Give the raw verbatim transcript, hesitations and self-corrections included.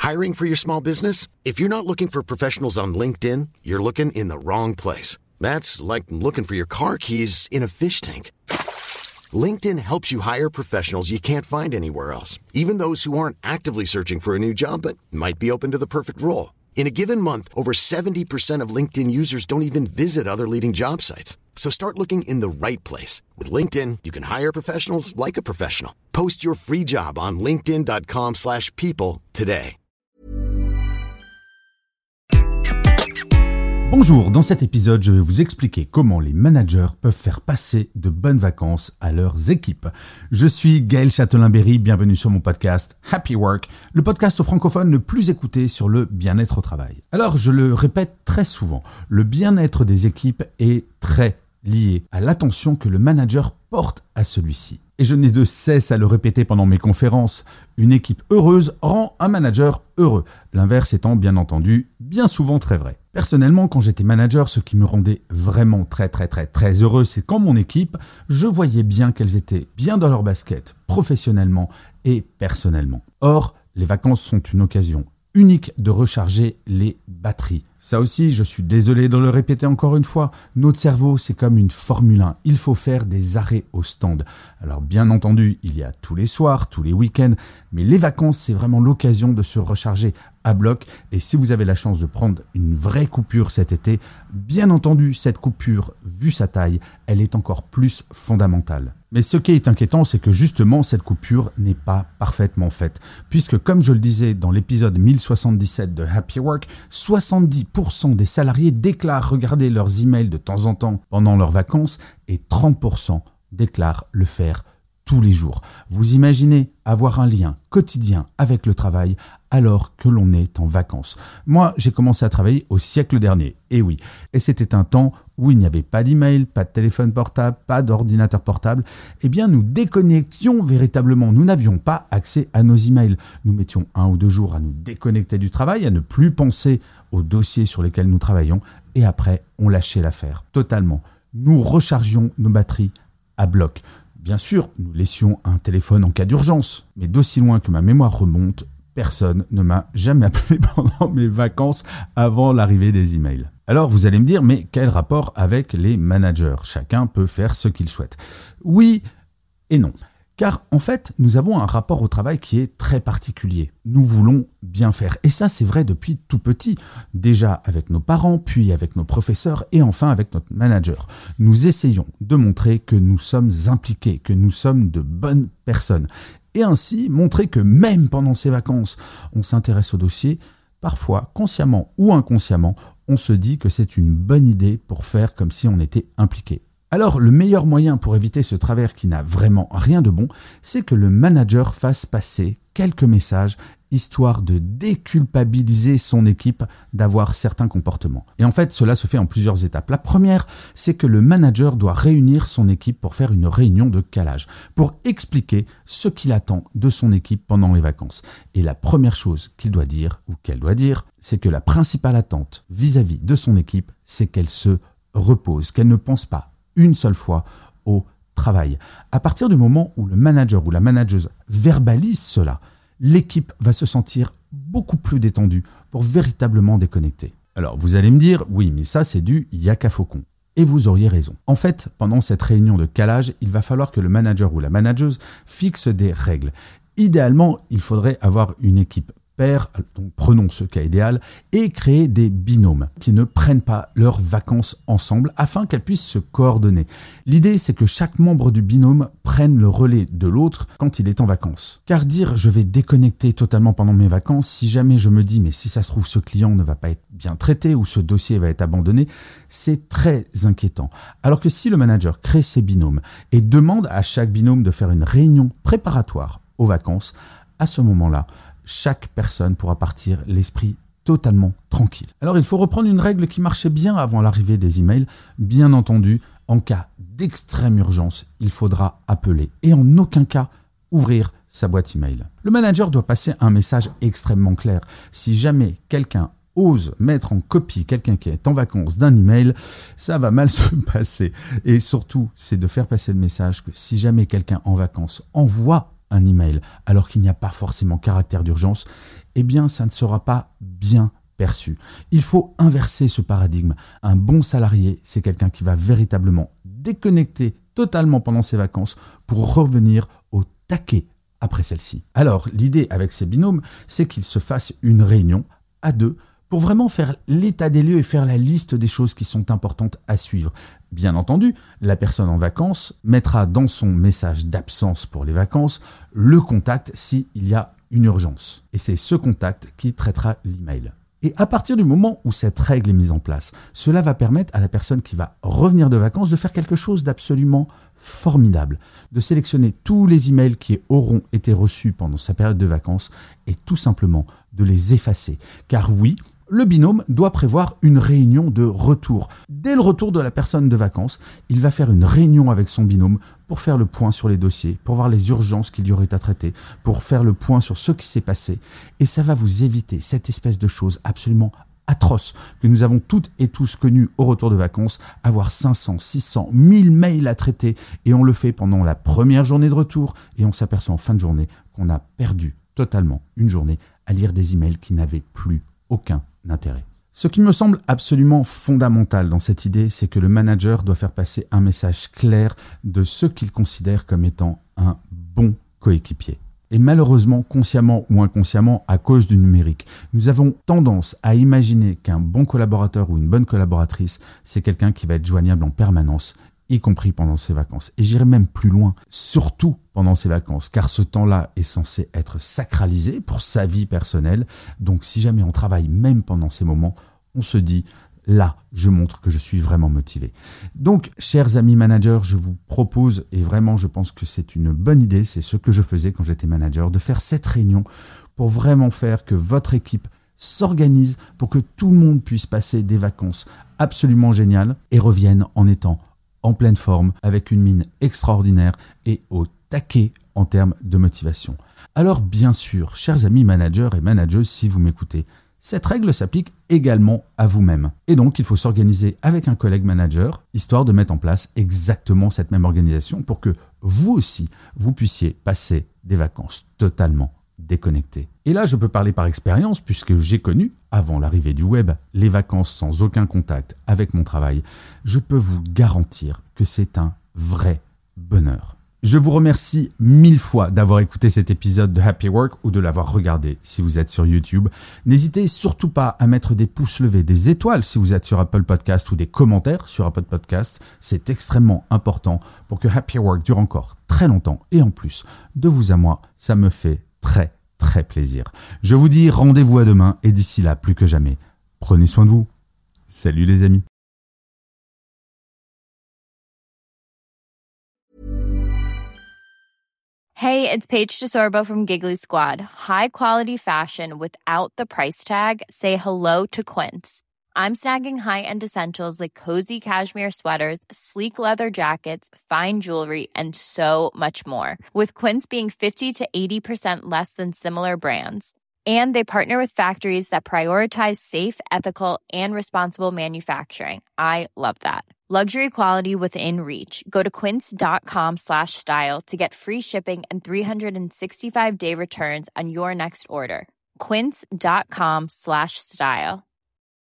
Hiring for your small business? If you're not looking for professionals on LinkedIn, you're looking in the wrong place. That's like looking for your car keys in a fish tank. LinkedIn helps you hire professionals you can't find anywhere else, even those who aren't actively searching for a new job but might be open to the perfect role. In a given month, over seventy percent of LinkedIn users don't even visit other leading job sites. So start looking in the right place. With LinkedIn, you can hire professionals like a professional. Post your free job on linkedin.com slash people today. Bonjour, dans cet épisode, je vais vous expliquer comment les managers peuvent faire passer de bonnes vacances à leurs équipes. Je suis Gaël Châtelain-Berry, bienvenue sur mon podcast Happy Work, le podcast francophone le plus écouté sur le bien-être au travail. Alors, je le répète très souvent, le bien-être des équipes est très lié à l'attention que le manager porte à celui-ci. Et je n'ai de cesse à le répéter pendant mes conférences, une équipe heureuse rend un manager heureux. L'inverse étant bien entendu bien souvent très vrai. Personnellement, quand j'étais manager, ce qui me rendait vraiment très très très très heureux, c'est quand mon équipe, je voyais bien qu'elles étaient bien dans leur basket, professionnellement et personnellement. Or, les vacances sont une occasion unique de recharger les batteries. Ça aussi, je suis désolé de le répéter encore une fois, notre cerveau, c'est comme une Formule un. Il faut faire des arrêts au stand. Alors bien entendu, il y a tous les soirs, tous les week-ends, mais les vacances, c'est vraiment l'occasion de se recharger à bloc. Et si vous avez la chance de prendre une vraie coupure cet été, bien entendu, cette coupure, vu sa taille, elle est encore plus fondamentale. Mais ce qui est inquiétant, c'est que justement, cette coupure n'est pas parfaitement faite. Puisque, comme je le disais dans l'épisode mille soixante-dix-sept de Happy Work, soixante-dix pour cent des salariés déclarent regarder leurs emails de temps en temps pendant leurs vacances et trente pour cent déclarent le faire tous les jours. Vous imaginez avoir un lien quotidien avec le travail alors que l'on est en vacances. Moi, j'ai commencé à travailler au siècle dernier, et oui, et c'était un temps où il n'y avait pas d'email, pas de téléphone portable, pas d'ordinateur portable. Eh bien, nous déconnections véritablement. Nous n'avions pas accès à nos emails. Nous mettions un ou deux jours à nous déconnecter du travail, à ne plus penser aux dossiers sur lesquels nous travaillons, et après, on lâchait l'affaire totalement. Nous rechargions nos batteries à bloc. Bien sûr, nous laissions un téléphone en cas d'urgence, mais d'aussi loin que ma mémoire remonte, personne ne m'a jamais appelé pendant mes vacances avant l'arrivée des emails. Alors vous allez me dire, mais quel rapport avec les managers ? Chacun peut faire ce qu'il souhaite. Oui et non. Car en fait, nous avons un rapport au travail qui est très particulier. Nous voulons bien faire. Et ça, c'est vrai depuis tout petit. Déjà avec nos parents, puis avec nos professeurs et enfin avec notre manager. Nous essayons de montrer que nous sommes impliqués, que nous sommes de bonnes personnes. Et ainsi montrer que même pendant ces vacances, on s'intéresse au dossier. Parfois, consciemment ou inconsciemment, on se dit que c'est une bonne idée pour faire comme si on était impliqué. Alors, le meilleur moyen pour éviter ce travers qui n'a vraiment rien de bon, c'est que le manager fasse passer quelques messages, histoire de déculpabiliser son équipe d'avoir certains comportements. Et en fait, cela se fait en plusieurs étapes. La première, c'est que le manager doit réunir son équipe pour faire une réunion de calage, pour expliquer ce qu'il attend de son équipe pendant les vacances. Et la première chose qu'il doit dire, ou qu'elle doit dire, c'est que la principale attente vis-à-vis de son équipe, c'est qu'elle se repose, qu'elle ne pense pas une seule fois au travail. À partir du moment où le manager ou la manageuse verbalise cela, l'équipe va se sentir beaucoup plus détendue pour véritablement déconnecter. Alors vous allez me dire, oui mais ça c'est du yaka faucon. Et vous auriez raison. En fait, pendant cette réunion de calage, il va falloir que le manager ou la manageuse fixe des règles. Idéalement, il faudrait avoir une équipe pair, donc prenons ce cas idéal, et créer des binômes qui ne prennent pas leurs vacances ensemble afin qu'elles puissent se coordonner. L'idée, c'est que chaque membre du binôme prenne le relais de l'autre quand il est en vacances. Car dire je vais déconnecter totalement pendant mes vacances, si jamais je me dis mais si ça se trouve ce client ne va pas être bien traité ou ce dossier va être abandonné, c'est très inquiétant. Alors que si le manager crée ses binômes et demande à chaque binôme de faire une réunion préparatoire aux vacances, à ce moment-là, chaque personne pourra partir l'esprit totalement tranquille. Alors il faut reprendre une règle qui marchait bien avant l'arrivée des emails. Bien entendu, en cas d'extrême urgence, il faudra appeler et en aucun cas ouvrir sa boîte email. Le manager doit passer un message extrêmement clair. Si jamais quelqu'un ose mettre en copie quelqu'un qui est en vacances d'un email, ça va mal se passer. Et surtout, c'est de faire passer le message que si jamais quelqu'un en vacances envoie un email alors qu'il n'y a pas forcément caractère d'urgence, eh bien ça ne sera pas bien perçu. Il faut inverser ce paradigme. Un bon salarié, c'est quelqu'un qui va véritablement déconnecter totalement pendant ses vacances pour revenir au taquet après celle-ci. Alors, l'idée avec ces binômes, c'est qu'ils se fassent une réunion à deux pour vraiment faire l'état des lieux et faire la liste des choses qui sont importantes à suivre. Bien entendu, la personne en vacances mettra dans son message d'absence pour les vacances le contact s'il y a une urgence. Et c'est ce contact qui traitera l'email. Et à partir du moment où cette règle est mise en place, cela va permettre à la personne qui va revenir de vacances de faire quelque chose d'absolument formidable, de sélectionner tous les emails qui auront été reçus pendant sa période de vacances et tout simplement de les effacer. Car oui, le binôme doit prévoir une réunion de retour. Dès le retour de la personne de vacances, il va faire une réunion avec son binôme pour faire le point sur les dossiers, pour voir les urgences qu'il y aurait à traiter, pour faire le point sur ce qui s'est passé. Et ça va vous éviter cette espèce de chose absolument atroce que nous avons toutes et tous connues au retour de vacances, avoir cinq cents, six cents, mille mails à traiter et on le fait pendant la première journée de retour et on s'aperçoit en fin de journée qu'on a perdu totalement une journée à lire des emails qui n'avaient plus aucun intérêt. Ce qui me semble absolument fondamental dans cette idée, c'est que le manager doit faire passer un message clair de ce qu'il considère comme étant un bon coéquipier. Et malheureusement, consciemment ou inconsciemment, à cause du numérique, nous avons tendance à imaginer qu'un bon collaborateur ou une bonne collaboratrice, c'est quelqu'un qui va être joignable en permanence, y compris pendant ses vacances. Et j'irai même plus loin, surtout pendant ses vacances, car ce temps-là est censé être sacralisé pour sa vie personnelle. Donc si jamais on travaille même pendant ces moments, on se dit, là, je montre que je suis vraiment motivé. Donc, chers amis managers, je vous propose, et vraiment je pense que c'est une bonne idée, c'est ce que je faisais quand j'étais manager, de faire cette réunion pour vraiment faire que votre équipe s'organise pour que tout le monde puisse passer des vacances absolument géniales et revienne en étant en pleine forme, avec une mine extraordinaire et au taquet en termes de motivation. Alors bien sûr, chers amis managers et manageuses, si vous m'écoutez, cette règle s'applique également à vous-même. Et donc, il faut s'organiser avec un collègue manager, histoire de mettre en place exactement cette même organisation pour que vous aussi, vous puissiez passer des vacances totalement déconnecté. Et là, je peux parler par expérience puisque j'ai connu, avant l'arrivée du web, les vacances sans aucun contact avec mon travail. Je peux vous garantir que c'est un vrai bonheur. Je vous remercie mille fois d'avoir écouté cet épisode de Happy Work ou de l'avoir regardé si vous êtes sur YouTube. N'hésitez surtout pas à mettre des pouces levés, des étoiles si vous êtes sur Apple Podcast ou des commentaires sur Apple Podcast. C'est extrêmement important pour que Happy Work dure encore très longtemps. Et en plus, de vous à moi, ça me fait très très plaisir. Je vous dis rendez-vous à demain et d'ici là, plus que jamais, prenez soin de vous. Salut les amis. Hey, it's Paige DeSorbo from Giggly Squad. High quality fashion without the price tag. Say hello to Quince. I'm snagging high-end essentials like cozy cashmere sweaters, sleek leather jackets, fine jewelry, and so much more. With Quince being fifty to eighty percent less than similar brands. And they partner with factories that prioritize safe, ethical, and responsible manufacturing. I love that. Luxury quality within reach. Go to quince.com slash style to get free shipping and three sixty-five day returns on your next order. Quince.com slash style.